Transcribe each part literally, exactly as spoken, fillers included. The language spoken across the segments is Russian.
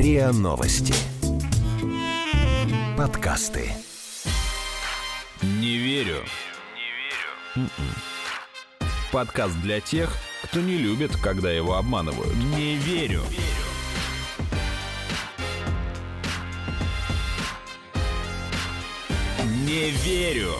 РИА Новости. Подкасты. Не верю. Не верю. Подкаст для тех, кто не любит, когда его обманывают. Не верю. Не верю.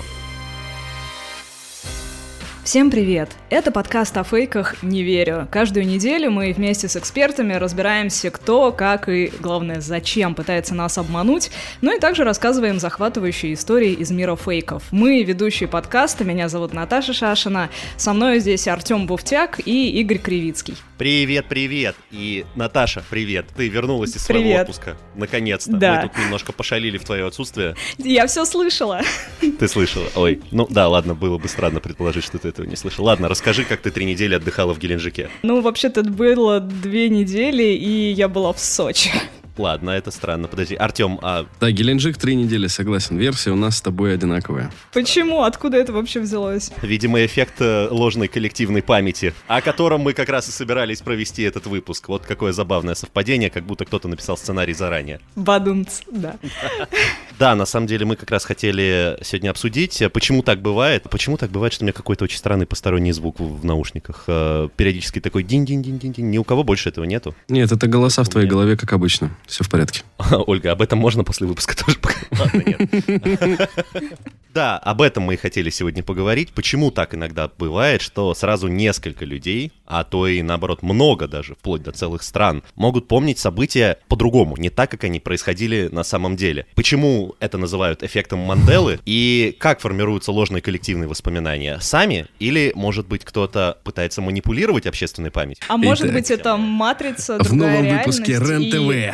Всем привет! Это подкаст о фейках «Не верю». Каждую неделю мы вместе с экспертами разбираемся, кто, как и, главное, зачем пытается нас обмануть, ну и также рассказываем захватывающие истории из мира фейков. Мы ведущие подкаста, меня зовут Наташа Шашина, со мной здесь Артем Буфтяк и Игорь Кривицкий. Привет, привет! И, Наташа, привет! Ты вернулась из своего Привет. отпуска, наконец-то. Да. Мы тут немножко пошалили в твое отсутствие. Я все слышала. Ты слышала? Ой, ну да, ладно, было бы странно предположить, что ты этого не слышал. Ладно, расскажи, как ты три недели отдыхала в Геленджике. Ну, вообще-то это было две недели, и я была в Сочи. Ладно, это странно. Подожди, Артем, а... Да, Геленджик три недели, согласен. Версия у нас с тобой одинаковая. Почему? Откуда это вообще взялось? Видимо, эффект э, ложной коллективной памяти, о котором мы как раз и собирались провести этот выпуск. Вот какое забавное совпадение, как будто кто-то написал сценарий заранее. Бадумц, да. Да, на самом деле мы как раз хотели сегодня обсудить, почему так бывает. Почему так бывает, что у меня какой-то очень странный посторонний звук в, в наушниках. Э, периодически такой динь-динь-динь-динь. Ни у кого больше этого нету. Нет, это голоса в твоей голове, как обычно. Все в порядке. Ольга, об этом можно после выпуска тоже поговорить? Ладно, нет. Да, об этом мы и хотели сегодня поговорить. Почему так иногда бывает, что сразу несколько людей, а то и наоборот много даже, вплоть до целых стран, могут помнить события по-другому, не так, как они происходили на самом деле. Почему это называют эффектом Манделы и как формируются ложные коллективные воспоминания? Сами или, может быть, кто-то пытается манипулировать общественной памятью? А может Итак, быть, это матрица, В другая новом выпуске реальность и-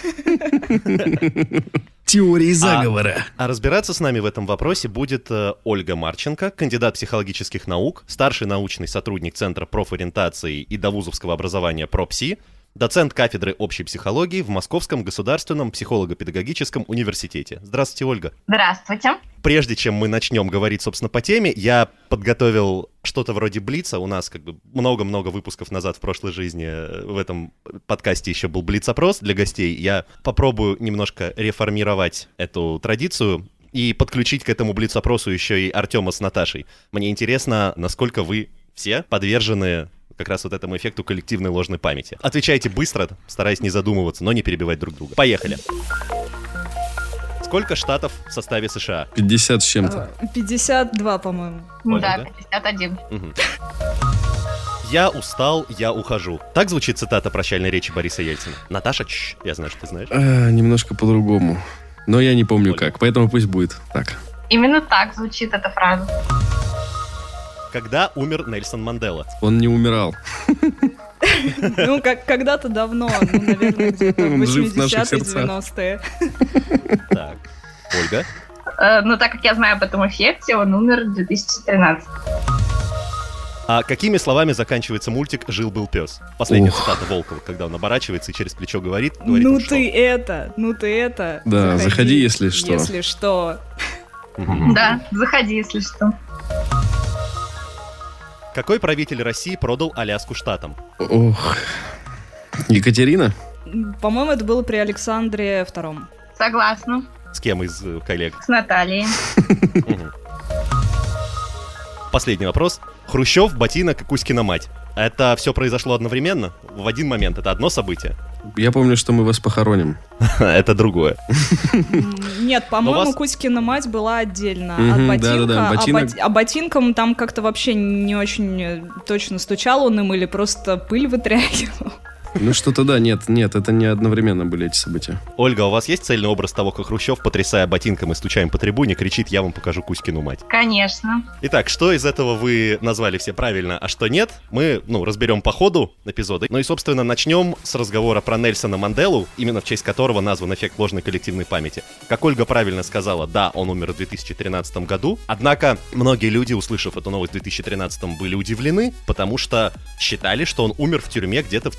РЕН-ТВ. Теории заговора. А, а разбираться с нами в этом вопросе будет э, Ольга Марченко, кандидат психологических наук, старший научный сотрудник Центра профориентации и довузовского образования ПроПси, доцент кафедры общей психологии в Московском государственном психолого-педагогическом университете. Здравствуйте, Ольга. Здравствуйте. Прежде чем мы начнем говорить, собственно, по теме, я подготовил что-то вроде блица. У нас как бы много-много выпусков назад в прошлой жизни в этом подкасте еще был блиц-опрос для гостей. Я попробую немножко реформировать эту традицию и подключить к этому блиц-опросу еще и Артема с Наташей. Мне интересно, насколько вы все подвержены как раз вот этому эффекту коллективной ложной памяти. Отвечайте быстро, стараясь не задумываться, но не перебивать друг друга. Поехали. Сколько штатов в составе США? пятьдесят с чем-то. пятьдесят два, по-моему. Ольга, Да, да? пятьдесят один. Угу. «Я устал, я ухожу». Так звучит цитата прощальной речи Бориса Ельцина. Наташа, чш, я знаю, что ты знаешь. А, немножко по-другому. Но я не помню Ольга. как, поэтому пусть будет так. Именно так звучит эта фраза. Когда умер Нельсон Мандела? Он не умирал. Ну, как когда-то давно, ну, наверное, где-то в Он жив в наших восьмидесятые, сердцах. девяностые. Так, Ольга. Э, ну, так как я знаю об этом эффекте, он умер в две тысячи тринадцатом. А какими словами заканчивается мультик «Жил-был пес»? Последняя Ух. цитата Волкова, когда он оборачивается и через плечо говорит, говорит Ну он, что? ты это, ну ты это. Да, заходи, если что. Если что. Мгм. Да, заходи, если что. Какой правитель России продал Аляску штатам? Ох. Екатерина? По-моему, это было при Александре Втором. Согласна. С кем из э, коллег? С Натальей. Мгм. Последний вопрос. Хрущев, Ботинок и Кузькина мать. Это все произошло одновременно? В один момент? Это одно событие? Я помню, что мы вас похороним. Это другое. М, Нет, по-моему, вас- Кузькина мать была отдельно Мгм, от ботинка, да-да-да, а ботинок- бот- а ботинком там как-то вообще не очень э, точно стучал он им или просто пыль вытряхивал. Ну что-то да, нет, нет, это не одновременно были эти события. Ольга, у вас есть цельный образ того, как Хрущев, потрясая ботинком и стуча им по трибуне, кричит: «Я вам покажу Кузькину мать»? Конечно. Итак, что из этого вы назвали все правильно, а что нет, мы, ну, разберем по ходу эпизода. Ну и, собственно, начнем с разговора про Нельсона Манделу, именно в честь которого назван эффект ложной коллективной памяти. Как Ольга правильно сказала, да, он умер в две тысячи тринадцатом году, однако многие люди, услышав эту новость в две тысячи тринадцатом, были удивлены, потому что считали, что он умер в тюрьме где-то в тысяча девятьсот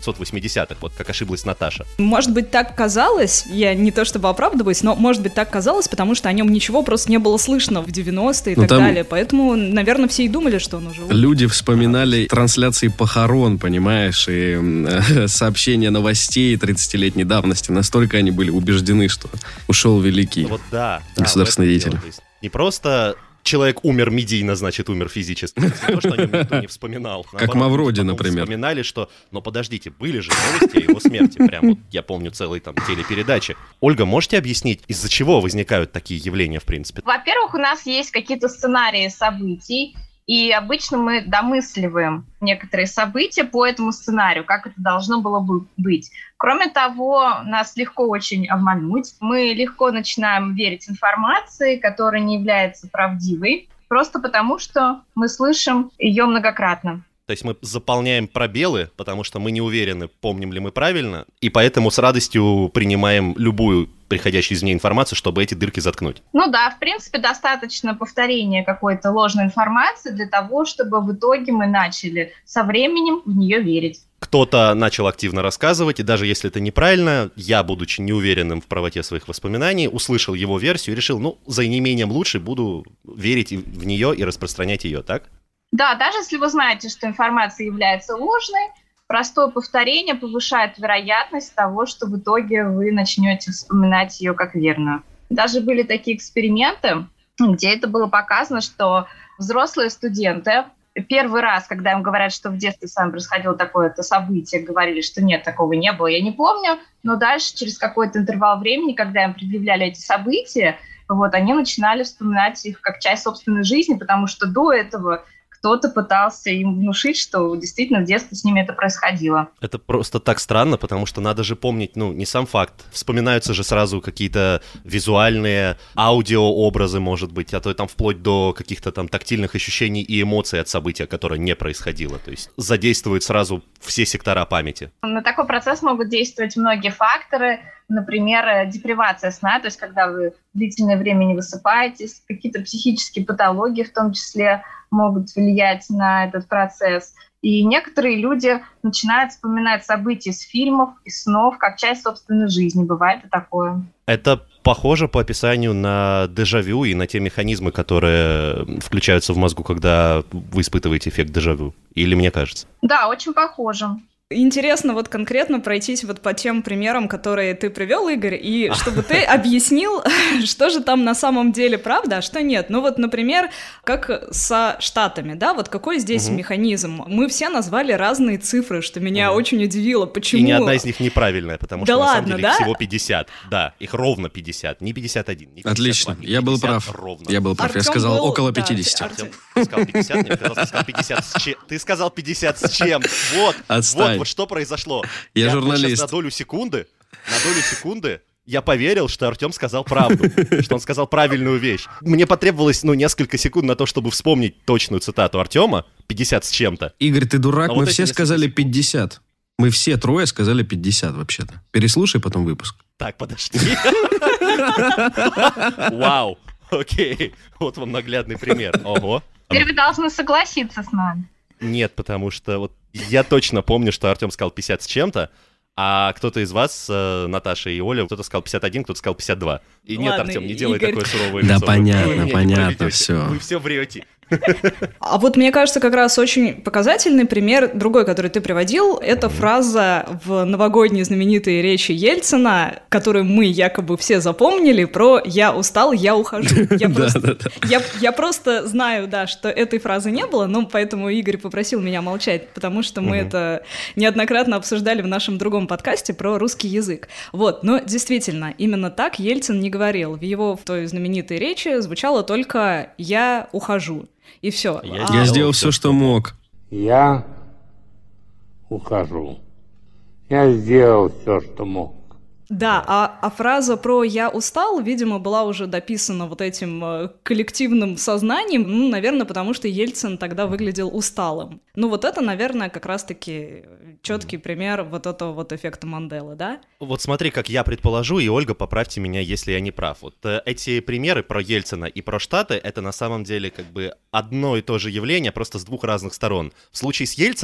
девятьсот восьмидесятых, вот как ошиблась Наташа. Может быть, так казалось, я не то чтобы оправдываюсь, но может быть так казалось, потому что о нем ничего просто не было слышно в девяностые и Ну, так там- далее, поэтому, наверное, все и думали, что он уже умер. Люди вспоминали трансляции похорон, понимаешь, и э, сообщения новостей тридцатилетней давности. Настолько они были убеждены, что ушел великий. Вот да. да, Государственный в этом деятель. дело. То есть не просто человек умер медийно, значит, умер физически. Это не то, что о нем никто не вспоминал. Наоборот, Мавроди, потом например. Вспоминали, что, но подождите, были же новости о его смерти. Прям вот я помню целые там телепередачи. Ольга, можете объяснить, из-за чего возникают такие явления, в принципе? Во-первых, у нас есть какие-то сценарии событий, и обычно мы домысливаем некоторые события по этому сценарию, как это должно было бы быть. Кроме того, нас легко очень обмануть. Мы легко начинаем верить информации, которая не является правдивой, просто потому что мы слышим ее многократно. То есть мы заполняем пробелы, потому что мы не уверены, помним ли мы правильно, и поэтому с радостью принимаем любую приходящую извне информацию, чтобы эти дырки заткнуть. Ну да, в принципе, достаточно повторения какой-то ложной информации для того, чтобы в итоге мы начали со временем в нее верить. Кто-то начал активно рассказывать, и даже если это неправильно, я, будучи неуверенным в правоте своих воспоминаний, услышал его версию и решил, ну, за неимением лучше буду верить и в нее и распространять ее, так? Да, даже если вы знаете, что информация является ложной, простое повторение повышает вероятность того, что в итоге вы начнете вспоминать ее как верную. Даже были такие эксперименты, где это было показано, что взрослые студенты первый раз, когда им говорят, что в детстве с вами происходило такое-то событие, говорили, что нет, такого не было, я не помню, но дальше, через какой-то интервал времени, когда им предъявляли эти события, вот, они начинали вспоминать их как часть собственной жизни, потому что до этого кто-то пытался им внушить, что действительно в детстве с ними это происходило. Это просто так странно, потому что надо же помнить, ну, не сам факт. Вспоминаются же сразу какие-то визуальные, аудиообразы, может быть, а то там вплоть до каких-то там тактильных ощущений и эмоций от события, которое не происходило. То есть задействуют сразу все сектора памяти. На такой процесс могут действовать многие факторы, например, депривация сна, то есть когда вы длительное время не высыпаетесь, какие-то психические патологии в том числе могут влиять на этот процесс. И некоторые люди начинают вспоминать события из фильмов, из снов, как часть собственной жизни. Бывает и такое. Это похоже по описанию на дежавю и на те механизмы, которые включаются в мозгу, когда вы испытываете эффект дежавю. Или мне кажется? Да, очень похоже. Интересно вот конкретно пройтись вот по тем примерам, которые ты привел, Игорь, и чтобы ты объяснил, что же там на самом деле правда, а что нет. Ну вот, например, как со Штатами, да, вот какой здесь Угу. механизм? Мы все назвали разные цифры, что меня Угу. очень удивило. Почему? И ни одна из них неправильная, потому Да что ладно, на самом деле да? их всего пятьдесят. Да, их ровно пятьдесят, не пятьдесят один, не пятьдесят два, Отлично, не я был пятьдесят, прав. ровно. Я был прав, я Артём сказал был- около да, пятьдесят. Артём- Артём, ты сказал пятьдесят? Нет, ты сказал пятьдесят с чем? Ты сказал пятьдесят с чем? Вот, Отстань. вот, вот что произошло. Я вот журналист. щас на долю секунды, на долю секунды я поверил, что Артём сказал правду, что он сказал правильную вещь. Мне потребовалось, ну, несколько секунд на то, чтобы вспомнить точную цитату Артёма, пятьдесят с чем-то. Игорь, ты дурак, А мы вот все эти сказали несколько секунд. пятьдесят. Мы все трое сказали пятьдесят вообще-то. Переслушай потом выпуск. Так, подожди. Вау, окей, вот вам наглядный пример. Ого. Теперь вы должны согласиться с нами. Нет, потому что вот я точно помню, что Артём сказал пятьдесят с чем-то, а кто-то из вас, э, Наташа и Оля, кто-то сказал пятьдесят один, кто-то сказал пятьдесят два. И нет, Ладно, Артём, не делай Игорь. такое суровое Да лицо. Вы- понятно, вы меня не понятно, проведете. всё. Вы все врете. А вот мне кажется, как раз очень показательный пример, другой, который ты приводил, это фраза в новогодней знаменитой речи Ельцина, которую мы якобы все запомнили, про «я устал, я ухожу». Я Да, просто, да, да. я, я просто знаю, да, что этой фразы не было, но поэтому Игорь попросил меня молчать, потому что мы Мгм. это неоднократно обсуждали в нашем другом подкасте про русский язык. Вот, но действительно, именно так Ельцин не говорил. В его в той знаменитой речи звучало только «я ухожу». И все. Я Я сделал сделал всё, все, что мог. Я ухожу. Я сделал все, что мог. Да, а, а фраза про «я устал», видимо, была уже дописана вот этим э, коллективным сознанием, ну, наверное, потому что Ельцин тогда выглядел усталым. Ну, вот это, наверное, как раз-таки четкий пример вот этого вот эффекта Манделы, да? Вот смотри, как я предположу, и, Ольга, поправьте меня, если я не прав. Вот э, эти примеры про Ельцина и про Штаты, это на самом деле как бы одно и то же явление, просто с двух разных сторон. В случае с Ельциным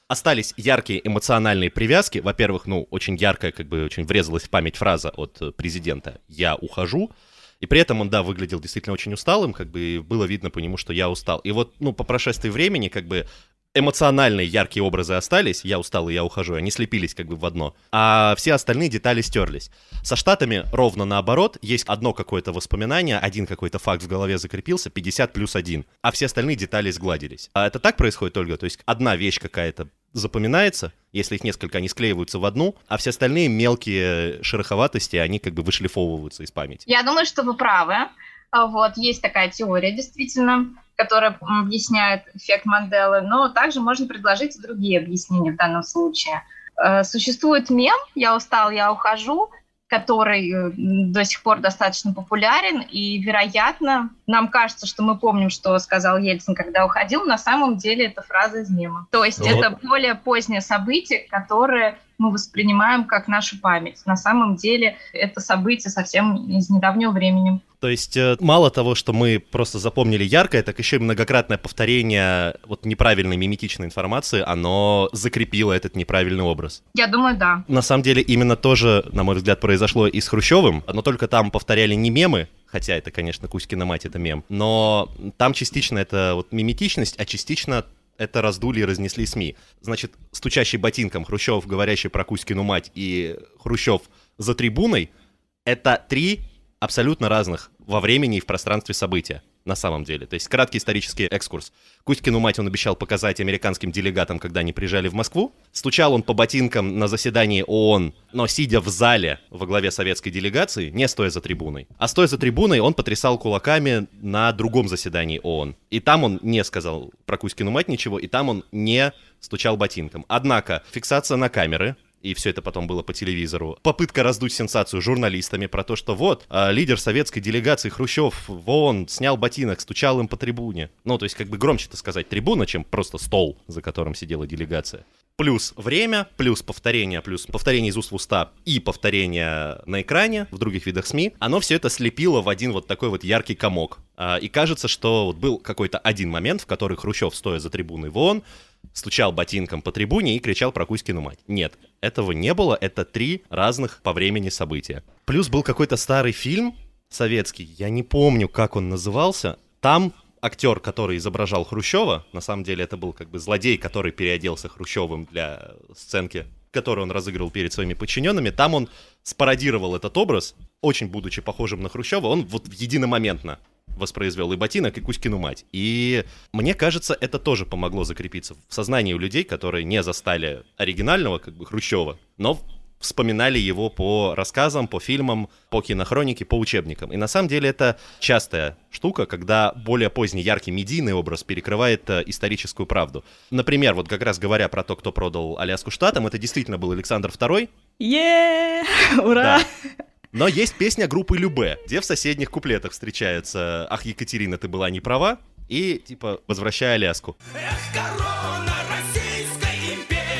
остались яркие эмоциональные привязки. Во-первых, ну, очень яркая, как бы очень врезалась в память фраза от президента «я ухожу». И при этом он, да, выглядел действительно очень усталым, как бы было видно по нему, что я устал. И вот, ну, по прошествии времени, как бы, эмоциональные яркие образы остались, я устал и я ухожу, они слепились как бы в одно, а все остальные детали стерлись. Со Штатами ровно наоборот, есть одно какое-то воспоминание, один какой-то факт в голове закрепился, пятьдесят плюс один, а все остальные детали сгладились. А это так происходит, Ольга? То есть одна вещь какая-то запоминается, если их несколько, они склеиваются в одну, а все остальные мелкие шероховатости, они как бы вышлифовываются из памяти. Я думаю, что вы правы. Вот, есть такая теория, действительно, которая объясняет эффект Манделы, но также можно предложить и другие объяснения в данном случае. Существует мем «Я устал, я ухожу», который до сих пор достаточно популярен, и, вероятно, нам кажется, что мы помним, что сказал Ельцин, когда уходил, на самом деле это фраза из мема. То есть вот. Это более позднее событие, которое мы воспринимаем как нашу память. На самом деле это событие совсем из недавнего времени. То есть мало того, что мы просто запомнили яркое, так еще и многократное повторение вот неправильной миметичной информации, оно закрепило этот неправильный образ. Я думаю, да. На самом деле именно то же, на мой взгляд, произошло и с Хрущевым, но только там повторяли не мемы, хотя это, конечно, Кузькина мать, это мем, но там частично это вот миметичность, а частично это раздули и разнесли СМИ. Значит, стучащий ботинком Хрущев, говорящий про Кузькину мать, и Хрущев за трибуной — это три абсолютно разных во времени и в пространстве события, на самом деле. То есть краткий исторический экскурс. Кузькину мать он обещал показать американским делегатам, когда они приезжали в Москву. Стучал он по ботинкам на заседании ООН, но сидя в зале во главе советской делегации, не стоя за трибуной. А стоя за трибуной, он потрясал кулаками на другом заседании ООН. И там он не сказал про Кузькину мать ничего, и там он не стучал ботинком. Однако фиксация на камеры, и все это потом было по телевизору. Попытка раздуть сенсацию журналистами про то, что вот, а, лидер советской делегации Хрущев в ООН снял ботинок, стучал им по трибуне. Ну, то есть как бы громче-то сказать трибуна, чем просто стол, за которым сидела делегация. Плюс время, плюс повторение, плюс повторение из уст в уста и повторение на экране в других видах СМИ, оно все это слепило в один вот такой вот яркий комок. А, и кажется, что вот был какой-то один момент, в который Хрущев, стоя за трибуной в ООН, стучал ботинком по трибуне и кричал про Кузькину мать. Нет, этого не было, это три разных по времени события. Плюс был какой-то старый фильм советский, я не помню, как он назывался, там актер, который изображал Хрущева, на самом деле это был как бы злодей, который переоделся Хрущевым для сценки, которую он разыгрывал перед своими подчиненными, там он спародировал этот образ, очень будучи похожим на Хрущева, он вот единомоментно воспроизвел и ботинок, и Кузькину мать. И мне кажется, это тоже помогло закрепиться в сознании у людей, которые не застали оригинального, как бы, Хрущева, но вспоминали его по рассказам, по фильмам, по кинохронике, по учебникам. И на самом деле это частая штука, когда более поздний яркий медийный образ перекрывает э, историческую правду. Например, вот как раз говоря про то, кто продал Аляску Штатам, это действительно был Александр второй. Е-е-е! Ура! Да. Но есть песня группы Любэ, где в соседних куплетах встречаются «Ах, Екатерина, ты была не права» и типа «Возвращай Аляску». Эх, корона Российской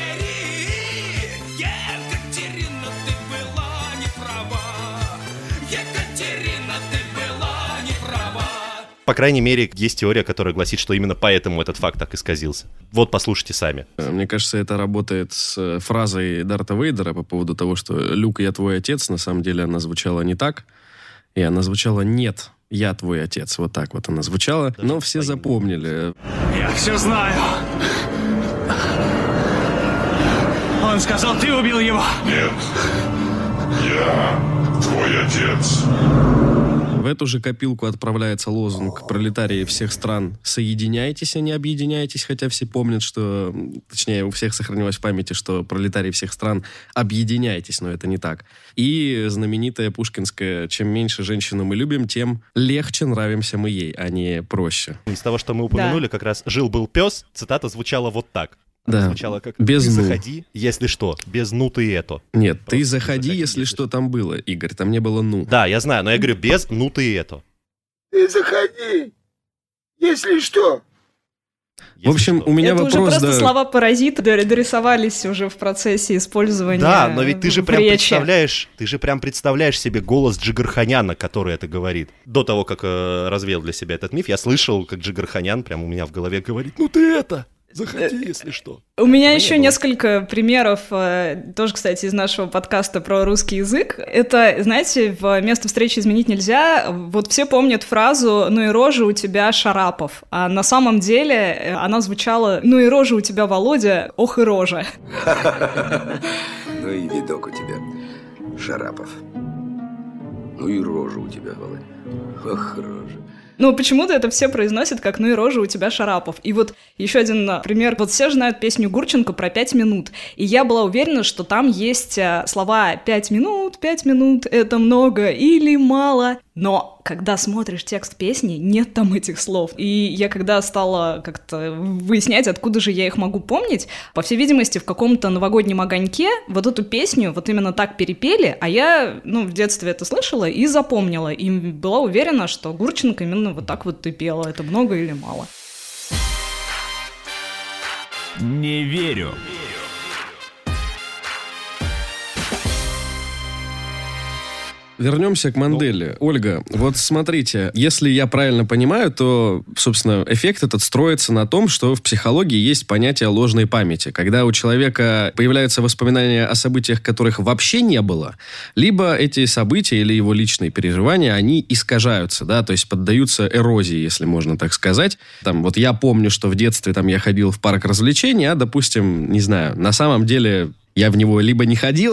империи, Екатерина, ты была не права, Екатерина, ты была не права. По крайней мере, есть теория, которая гласит, что именно поэтому этот факт так исказился. Вот, послушайте сами. Мне кажется, это работает с фразой Дарта Вейдера по поводу того, что «Люк, я твой отец». На самом деле она звучала не так. И она звучала «Нет, я твой отец». Вот так вот она звучала. Даже но все запомнили. Я все знаю. Он сказал, ты убил его. Нет, я твой отец. В эту же копилку отправляется лозунг «Пролетарии всех стран, соединяйтесь, а не объединяйтесь», хотя все помнят, что... Точнее, у всех сохранилось в памяти, что пролетарии всех стран объединяйтесь, но это не так. И знаменитая пушкинская «Чем меньше женщину мы любим, тем легче нравимся мы ей, а не проще». Из того, что мы упомянули, да. как раз «Жил-был пес», цитата звучала вот так. Да. Звучало как без «Ты ну. заходи, если что, без ну ты это». Нет, Просто ты заходи, заходи, если если что там было, Игорь, там не было ну. Да, я знаю, но я говорю без ну ты это. Ты заходи, если что. Если в общем, что. у меня Это вопрос... уже просто да... слова паразиты дорисовались уже в процессе использования. Да, но ведь ты же в прям речи. представляешь, ты же прям представляешь себе голос Джигарханяна, который это говорит. До того, как э, развеял для себя этот миф, я слышал, как Джигарханян прям у меня в голове говорит: ну ты это, Заходи, если что. У меня Ну, еще не было. несколько примеров, э, тоже, кстати, из нашего подкаста про русский язык. Это, знаете, в «Место встречи изменить нельзя». Вот все помнят фразу «ну и рожа у тебя, Шарапов». А на самом деле э, она звучала «ну и рожа у тебя, Володя, ох и рожа». Ну и видок у тебя, Шарапов. Ну и рожа у тебя, Володя. Ох, рожа. Ну, почему-то это все произносят как «ну и рожа у тебя, Шарапов». И вот еще один а, пример. Вот все же знают песню Гурченко про пять минут. И я была уверена, что там есть а, слова «пять минут, пять минут, это много или мало». Но когда смотришь текст песни, нет там этих слов. И я когда стала как-то выяснять, откуда же я их могу помнить, по всей видимости, в каком-то новогоднем огоньке вот эту песню вот именно так перепели, а я, ну, в детстве это слышала и запомнила. И была уверена, что Гурченко именно вот так вот и пела. Это много или мало? Не верю. Вернемся к Манделе. Ольга, вот смотрите, если я правильно понимаю, то, собственно, эффект этот строится на том, что в психологии есть понятие ложной памяти, когда у человека появляются воспоминания о событиях, которых вообще не было, либо эти события или его личные переживания, они искажаются, да, то есть поддаются эрозии, если можно так сказать. Там, вот я помню, что в детстве там я ходил в парк развлечений, а, допустим, не знаю, на самом деле... Я в него либо не ходил,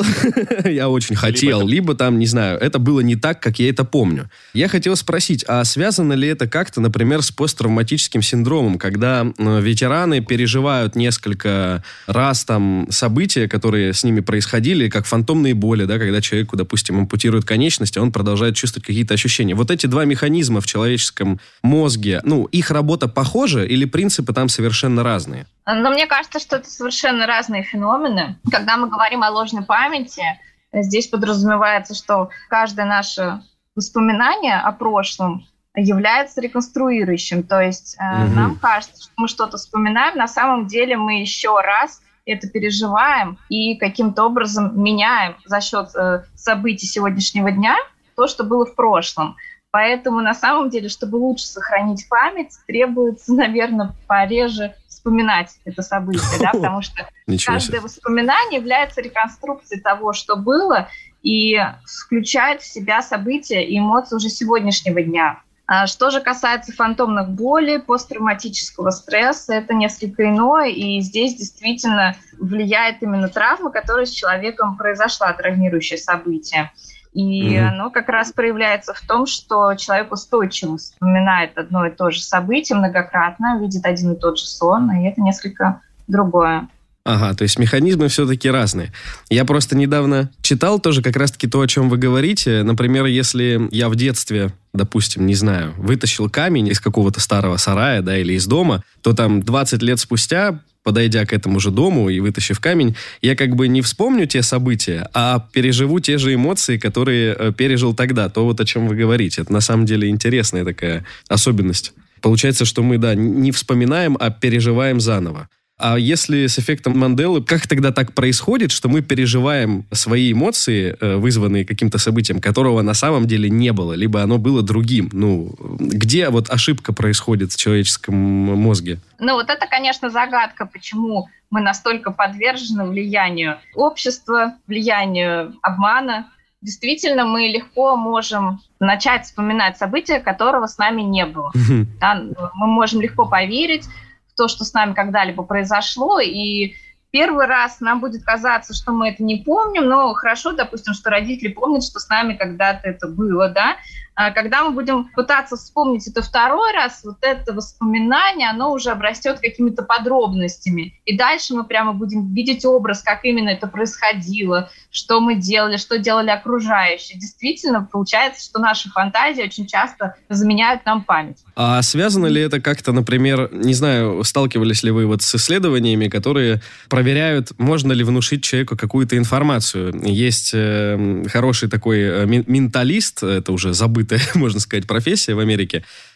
я очень хотел, либо, либо там, не знаю, это было не так, как я это помню. Я хотел спросить, а связано ли это как-то, например, с посттравматическим синдромом, когда э, ветераны переживают несколько раз там события, которые с ними происходили, как фантомные боли, да, когда человеку, допустим, ампутируют конечность, а он продолжает чувствовать какие-то ощущения. Вот эти два механизма в человеческом мозге, ну, их работа похожа или принципы там совершенно разные? Но мне кажется, что это совершенно разные феномены. Когда мы говорим о ложной памяти, здесь подразумевается, что каждое наше воспоминание о прошлом является реконструирующим. То есть mm-hmm. нам кажется, что мы что-то вспоминаем, на самом деле мы еще раз это переживаем и каким-то образом меняем за счет событий сегодняшнего дня то, что было в прошлом. Поэтому на самом деле, чтобы лучше сохранить память, требуется, наверное, пореже вспоминать это событие, да, потому что каждое воспоминание является реконструкцией того, что было, и включает в себя события и эмоции уже сегодняшнего дня. А что же касается фантомных болей, посттравматического стресса, это несколько иное, и здесь действительно влияет именно травма, которая с человеком произошла, травмирующее событие. И mm-hmm. оно как раз проявляется в том, что человек устойчиво вспоминает одно и то же событие многократно, видит один и тот же сон, и это несколько другое. Ага, то есть механизмы все-таки разные. Я просто недавно читал тоже как раз-таки то, о чем вы говорите. Например, если я в детстве, допустим, не знаю, вытащил камень из какого-то старого сарая, да, или из дома, то там двадцать лет спустя, подойдя к этому же дому и вытащив камень, я как бы не вспомню те события, а переживу те же эмоции, которые э, пережил тогда. То вот о чем вы говорите. Это на самом деле интересная такая особенность. Получается, что мы, да, не вспоминаем, а переживаем заново. А если с эффектом Манделы, как тогда так происходит, что мы переживаем свои эмоции, вызванные каким-то событием, которого на самом деле не было, либо оно было другим? Ну, где вот ошибка происходит в человеческом мозге? Ну, вот это, конечно, загадка, почему мы настолько подвержены влиянию общества, влиянию обмана. Действительно, мы легко можем начать вспоминать события, которого с нами не было. Да, мы можем легко поверить то, что с нами когда-либо произошло, и первый раз нам будет казаться, что мы это не помним, но хорошо, допустим, что родители помнят, что с нами когда-то это было, да. А когда мы будем пытаться вспомнить это второй раз, вот это воспоминание, оно уже обрастет какими-то подробностями. И дальше мы прямо будем видеть образ, как именно это происходило, что мы делали, что делали окружающие. Действительно, получается, что наши фантазии очень часто заменяют нам память. А связано ли это как-то, например, не знаю, сталкивались ли вы вот с исследованиями, которые проверяют, можно ли внушить человеку какую-то информацию? Есть э, хороший такой э, менталист, это уже забытый, можно сказать, профессия в Америке,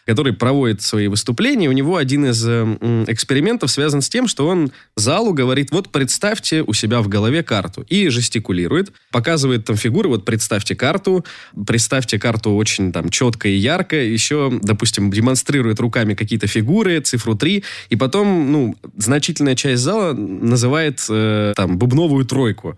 который проводит свои выступления. У него один из э, экспериментов связан с тем, что он залу говорит: вот представьте у себя в голове карту. И жестикулирует, показывает там фигуры. Вот представьте карту, представьте карту очень там четко и ярко. Еще, допустим, демонстрирует руками какие-то фигуры, цифру три. И потом, ну, значительная часть зала называет э, там бубновую тройку.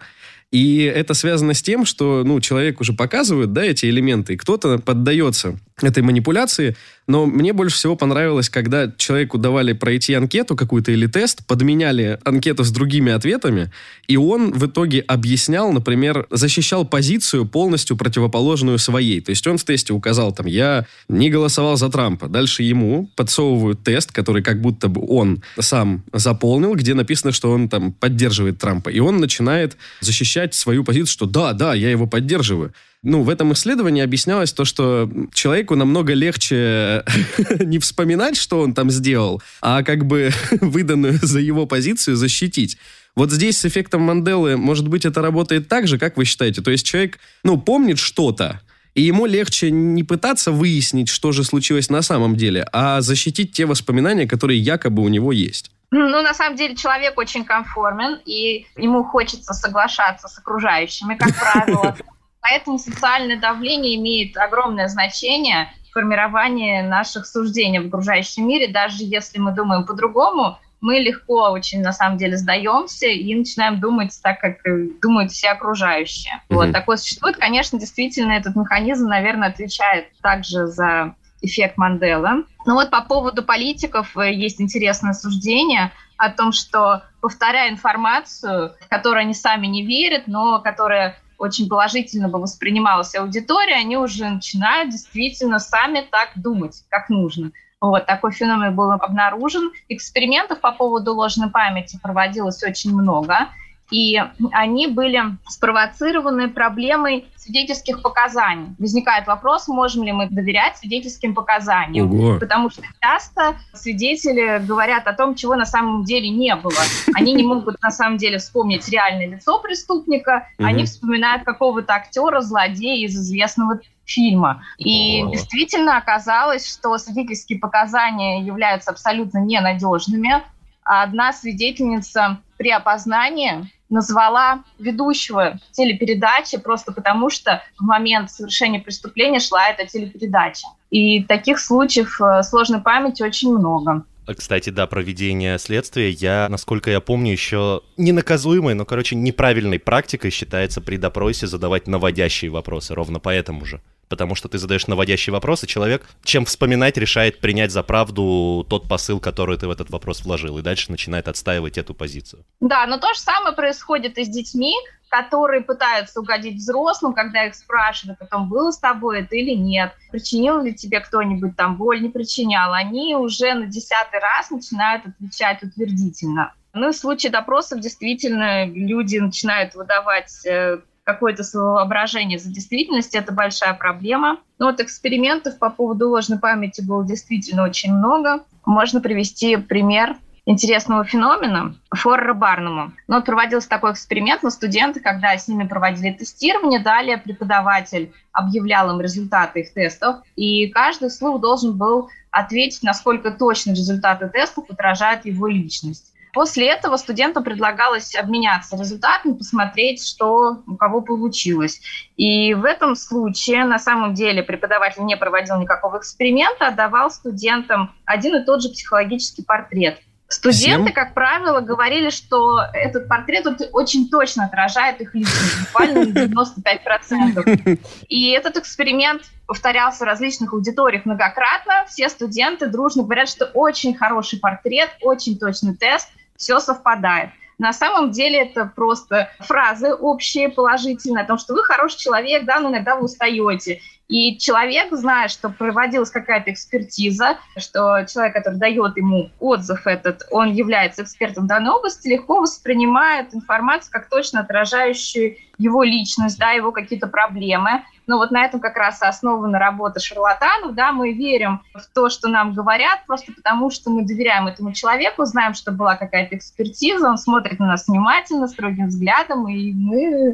И это связано с тем, что, ну, человек уже показывают, да, эти элементы, и кто-то поддается этой манипуляции. Но мне больше всего понравилось, когда человеку давали пройти анкету какую-то или тест, подменяли анкету с другими ответами, и он в итоге объяснял, например, защищал позицию полностью противоположную своей. То есть он в тесте указал, там, я не голосовал за Трампа. Дальше ему подсовывают тест, который как будто бы он сам заполнил, где написано, что он там поддерживает Трампа. И он начинает защищать свою позицию, что да, да, я его поддерживаю. Ну, в этом исследовании объяснялось то, что человеку намного легче не вспоминать, что он там сделал, а как бы выданную за его позицию защитить. Вот здесь с эффектом Манделы, может быть, это работает так же, как вы считаете? То есть человек, ну, помнит что-то, и ему легче не пытаться выяснить, что же случилось на самом деле, а защитить те воспоминания, которые якобы у него есть. Ну, на самом деле, человек очень конформен, и ему хочется соглашаться с окружающими, как правило. Поэтому социальное давление имеет огромное значение в формировании наших суждений в окружающем мире. Даже если мы думаем по-другому, мы легко очень, на самом деле, сдаемся и начинаем думать так, как думают все окружающие. Mm-hmm. Вот такое существует. Конечно, действительно, этот механизм, наверное, отвечает также за эффект Манделы. Но вот по поводу политиков есть интересное суждение о том, что, повторяя информацию, в которую они сами не верят, но которая очень положительно бы воспринималась аудиторией, они уже начинают действительно сами так думать, как нужно. Вот, такой феномен был обнаружен. Экспериментов по поводу ложной памяти проводилось очень много, и они были спровоцированы проблемой свидетельских показаний. Возникает вопрос, можем ли мы доверять свидетельским показаниям. Ого. Потому что часто свидетели говорят о том, чего на самом деле не было. Они не могут на самом деле вспомнить реальное лицо преступника, mm-hmm. они вспоминают какого-то актера, злодея из известного фильма. И oh. действительно оказалось, что свидетельские показания являются абсолютно ненадежными. Одна свидетельница при опознании назвала ведущего телепередачи просто потому, что в момент совершения преступления шла эта телепередача. И таких случаев сложной памяти очень много. Кстати, да, проведение следствия, я, насколько я помню, еще не наказуемой, но, короче, неправильной практикой считается при допросе задавать наводящие вопросы, ровно поэтому же. Потому что ты задаешь наводящий вопрос, и человек, чем вспоминать, решает принять за правду тот посыл, который ты в этот вопрос вложил, и дальше начинает отстаивать эту позицию. Да, но то же самое происходит и с детьми, которые пытаются угодить взрослым, когда их спрашивают о том, было с тобой это или нет, причинил ли тебе кто-нибудь там боль, не причинял. Они уже на десятый раз начинают отвечать утвердительно. Ну и в случае допросов действительно люди начинают выдавать какое-то свое воображение за действительность, это большая проблема. Но вот экспериментов по поводу ложной памяти было действительно очень много. Можно привести пример интересного феномена Форера Барнума. Ну, вот проводился такой эксперимент на студентах, когда с ними проводили тестирование, далее преподаватель объявлял им результаты их тестов, и каждый вслух должен был ответить, насколько точно результаты тестов отражают его личность. После этого студентам предлагалось обменяться результатами, посмотреть, что у кого получилось. И в этом случае, на самом деле, преподаватель не проводил никакого эксперимента, а давал студентам один и тот же психологический портрет. Студенты, как правило, говорили, что этот портрет очень точно отражает их личность, буквально на девяносто пять процентов. И этот эксперимент повторялся в различных аудиториях многократно. Все студенты дружно говорят, что очень хороший портрет, очень точный тест, все совпадает. На самом деле это просто фразы общие, положительные, о том, что вы хороший человек, да, но иногда вы устаете. И человек, зная, что проводилась какая-то экспертиза, что человек, который дает ему отзыв этот, он является экспертом в данной области, легко воспринимает информацию как точно отражающую его личность, да, его какие-то проблемы. Но вот на этом как раз основана работа шарлатанов, да, мы верим в то, что нам говорят, просто потому что мы доверяем этому человеку, знаем, что была какая-то экспертиза, он смотрит на нас внимательно, строгим взглядом, и мы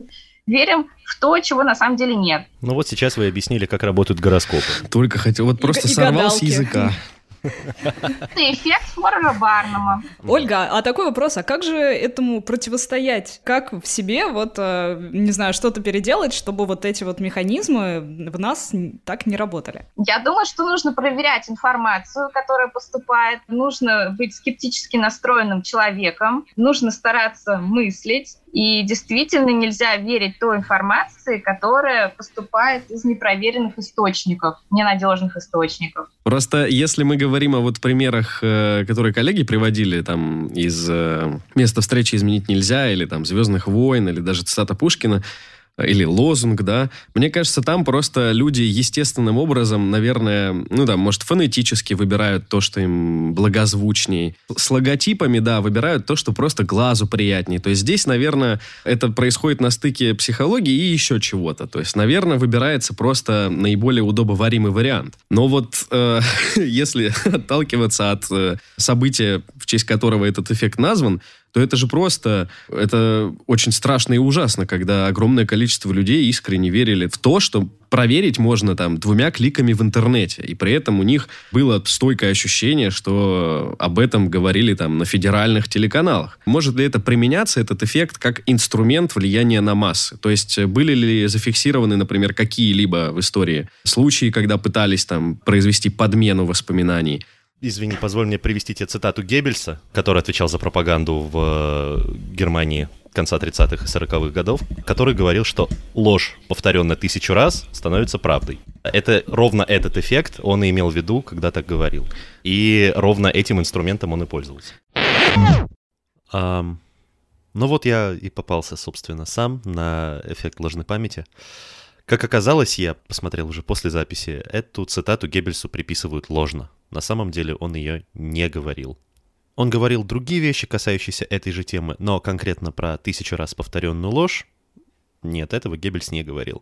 верим в то, чего на самом деле нет. Ну вот сейчас вы объяснили, как работают гороскопы. Только хотел, вот просто и сорвал с гадалки. языка. Это эффект Форера Барнума. Ольга, а такой вопрос, а как же этому противостоять? Как в себе, вот, э, не знаю, что-то переделать, чтобы вот эти вот механизмы в нас так не работали? Я думаю, что нужно проверять информацию, которая поступает. Нужно быть скептически настроенным человеком. Нужно стараться мыслить. И действительно нельзя верить той информации, которая поступает из непроверенных источников, ненадежных источников. Просто если мы говорим о вот примерах, э, которые коллеги приводили, там, из э, «Место встречи изменить нельзя», или там «Звездных войн», или даже цитата Пушкина, или лозунг, да. Мне кажется, там просто люди естественным образом, наверное, ну да, может, фонетически выбирают то, что им благозвучней. С логотипами, да, выбирают то, что просто глазу приятней. То есть здесь, наверное, это происходит на стыке психологии и еще чего-то. То есть, наверное, выбирается просто наиболее удобоваримый вариант. Но вот э, если отталкиваться от э, события, в честь которого этот эффект назван, то это же просто, это очень страшно и ужасно, когда огромное количество людей искренне верили в то, что проверить можно там двумя кликами в интернете. И при этом у них было стойкое ощущение, что об этом говорили там на федеральных телеканалах. Может ли это применяться, этот эффект, как инструмент влияния на массы? То есть были ли зафиксированы, например, какие-либо в истории случаи, когда пытались там произвести подмену воспоминаний? Извини, позволь мне привести тебе цитату Геббельса, который отвечал за пропаганду в Германии конца тридцатых и сороковых годов, который говорил, что ложь, повторенная тысячу раз, становится правдой. Это ровно этот эффект он и имел в виду, когда так говорил. И ровно этим инструментом он и пользовался. Um, ну вот я и попался, собственно, сам на эффект ложной памяти. Как оказалось, я посмотрел уже после записи, эту цитату Геббельсу приписывают ложно. На самом деле он ее не говорил. Он говорил другие вещи, касающиеся этой же темы, но конкретно про тысячу раз повторенную ложь, нет, этого Геббельс не говорил.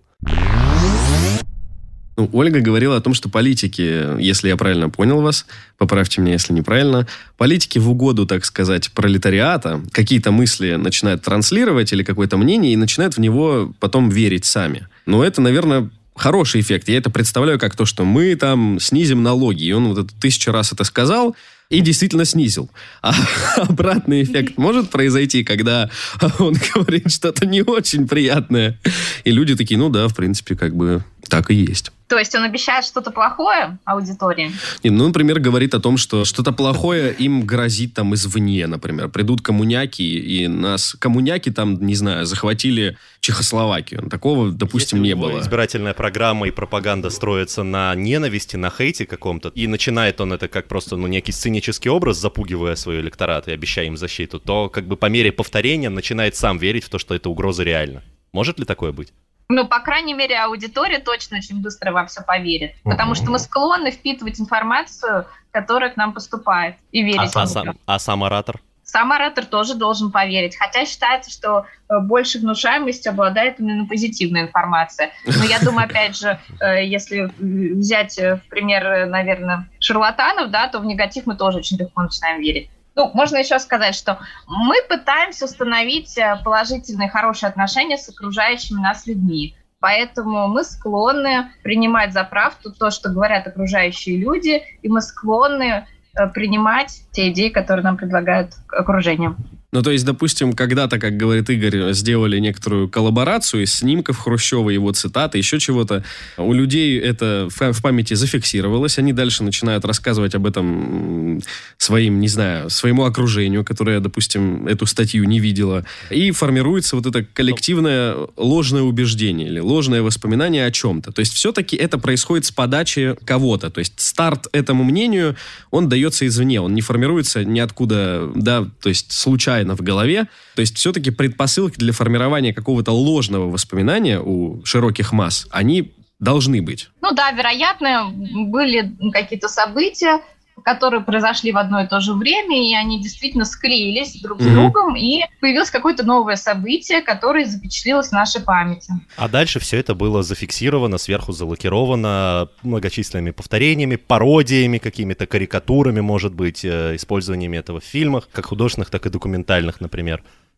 Ну, Ольга говорила о том, что политики, если я правильно понял вас, поправьте меня, если неправильно, политики в угоду, так сказать, пролетариата какие-то мысли начинают транслировать или какое-то мнение и начинают в него потом верить сами. Но это, наверное, хороший эффект. Я это представляю как то, что мы там снизим налоги. И он вот это тысячу раз это сказал и действительно снизил. А обратный эффект может произойти, когда он говорит что-то не очень приятное. И люди такие, ну да, в принципе, как бы так и есть. То есть он обещает что-то плохое аудитории? И, ну, например, говорит о том, что что-то плохое им грозит там извне, например. Придут коммуняки, и нас коммуняки там, не знаю, захватили Чехословакию. Такого, допустим, Если не было. Избирательная программа и пропаганда строятся на ненависти, на хейте каком-то, и начинает он это как просто, ну, некий сценический образ, запугивая свой электорат и обещая им защиту, то как бы по мере повторения начинает сам верить в то, что эта угроза реальна. Может ли такое быть? Ну, по крайней мере, аудитория точно очень быстро во все поверит. Потому что мы склонны впитывать информацию, которая к нам поступает, и верить А, в а, сам, а сам оратор? Сам оратор тоже должен поверить. Хотя считается, что больше внушаемостью обладает именно позитивная информация. Но я думаю, опять же, если взять в пример, наверное, шарлатанов, да, то в негатив мы тоже очень легко начинаем верить. Ну, можно еще сказать, что мы пытаемся установить положительные, хорошие отношения с окружающими нас людьми. Поэтому мы склонны принимать за правду то, что говорят окружающие люди, и мы склонны принимать те идеи, которые нам предлагают окружение. Ну, то есть, допустим, когда-то, как говорит Игорь, сделали некоторую коллаборацию из снимков Хрущева, его цитаты, еще чего-то. У людей это в памяти зафиксировалось. Они дальше начинают рассказывать об этом своим, не знаю, своему окружению, которое, допустим, эту статью не видело. И формируется вот это коллективное ложное убеждение или ложное воспоминание о чем-то. То есть, все-таки это происходит с подачи кого-то. То есть, старт этому мнению, он дается извне. Он не формируется ниоткуда, да, то есть, случайно в голове. То есть все-таки предпосылки для формирования какого-то ложного воспоминания у широких масс, они должны быть. Ну да, вероятно, были какие-то события, которые произошли в одно и то же время, и они действительно склеились друг с mm-hmm. другом, и появилось какое-то новое событие, которое запечатлелось в нашей памяти. А дальше все это было зафиксировано, сверху залакировано многочисленными повторениями, пародиями, какими-то карикатурами, может быть, использованиями этого в фильмах, как художественных, так и документальных, например.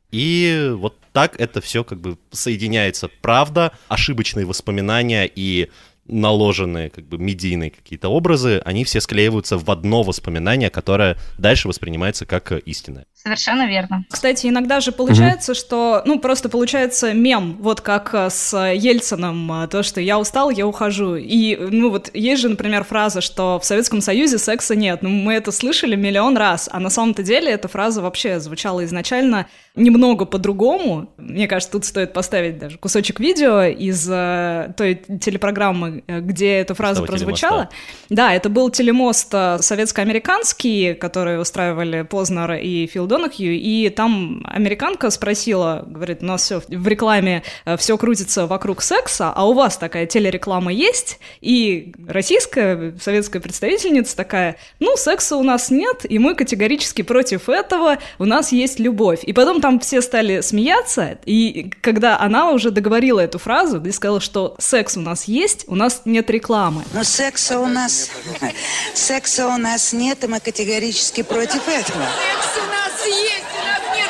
И вот так это все как бы соединяется. Правда, ошибочные воспоминания и наложенные как бы медийные какие-то образы, они все склеиваются в одно воспоминание, которое дальше воспринимается как истинное. Совершенно верно. Кстати, иногда же получается, угу. что, ну, просто получается мем, вот как с Ельциным, то, что я устал, я ухожу. И, ну, вот есть же, например, фраза, что в Советском Союзе секса нет. Ну, мы это слышали миллион раз, а на самом-то деле эта фраза вообще звучала изначально немного по-другому. Мне кажется, тут стоит поставить даже кусочек видео из э, той телепрограммы, где эта фраза Става прозвучала. Телемоста. Да, это был телемост советско-американский, который устраивали Познер и Фил Донахью, и там американка спросила, говорит, у нас все в рекламе все крутится вокруг секса, а у вас такая телереклама есть? И российская советская представительница такая, ну, секса у нас нет, и мы категорически против этого, у нас есть любовь. И потом там все стали смеяться, и когда она уже договорила эту фразу и сказала, что секс у нас есть, у нас нет рекламы. Но секса у нас... Секса у нас нет, и мы категорически против этого. Секс у нас есть, у нас нет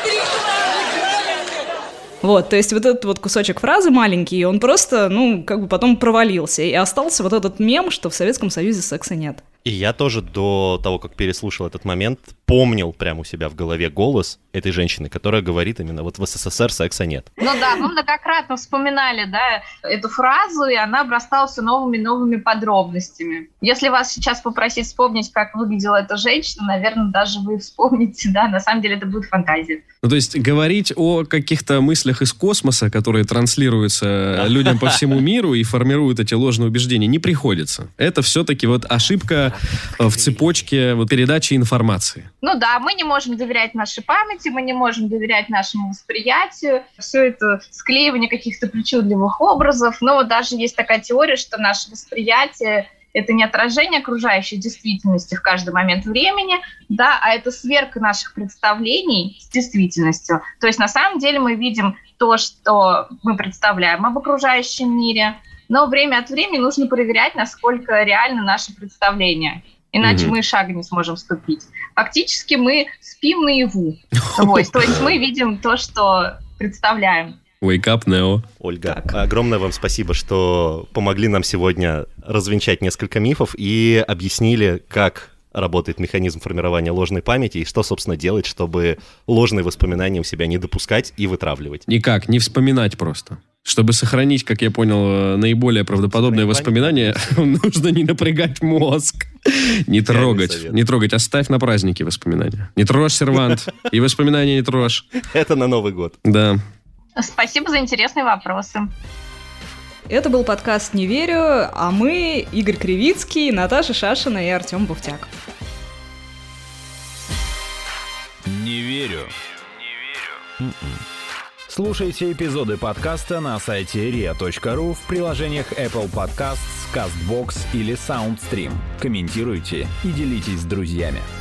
рекламы. Вот, то есть вот этот вот кусочек фразы маленький, он просто, ну, как бы потом провалился, и остался вот этот мем, что в Советском Союзе секса нет. И я тоже до того, как переслушал этот момент, помнил прямо у себя в голове голос этой женщины, которая говорит именно вот в СССР секса нет. Ну да, мы многократно вспоминали, да, эту фразу, и она обрастала все новыми-новыми подробностями. Если вас сейчас попросить вспомнить, как выглядела эта женщина, наверное, даже вы вспомните, да, на самом деле это будет фантазия. Ну, то есть говорить о каких-то мыслях из космоса, которые транслируются людям по всему миру и формируют эти ложные убеждения, не приходится. Это все-таки вот ошибка в цепочке вот передачи информации. Ну да, мы не можем доверять нашей памяти, мы не можем доверять нашему восприятию. Все это склеивание каких-то причудливых образов. Но вот даже есть такая теория, что наше восприятие — это не отражение окружающей действительности в каждый момент времени, да, а это сверка наших представлений с действительностью. То есть на самом деле мы видим то, что мы представляем об окружающем мире, но время от времени нужно проверять, насколько реально наше представление. Иначе mm-hmm. мы шага не сможем ступить. Фактически мы спим наяву. Вот, то есть мы видим то, что представляем. Wake up, Neo. Ольга, так. Огромное вам спасибо, что помогли нам сегодня развенчать несколько мифов и объяснили, как работает механизм формирования ложной памяти и что, собственно, делать, чтобы ложные воспоминания у себя не допускать и вытравливать. Никак, не вспоминать просто. Чтобы сохранить, как я понял, наиболее правдоподобные воспоминания, нужно не напрягать мозг. Не трогать. Не трогать. Оставь на праздники воспоминания. Не трожь, сервант. И воспоминания не трожь. Это на Новый год. Да. Спасибо за интересные вопросы. Это был подкаст «Не верю», а мы Игорь Кривицкий, Наташа Шашина и Артем Буфтяк. Не верю. Не верю. Слушайте эпизоды подкаста на сайте риа точка ру, в приложениях Apple Podcasts, CastBox или SoundStream. Комментируйте и делитесь с друзьями.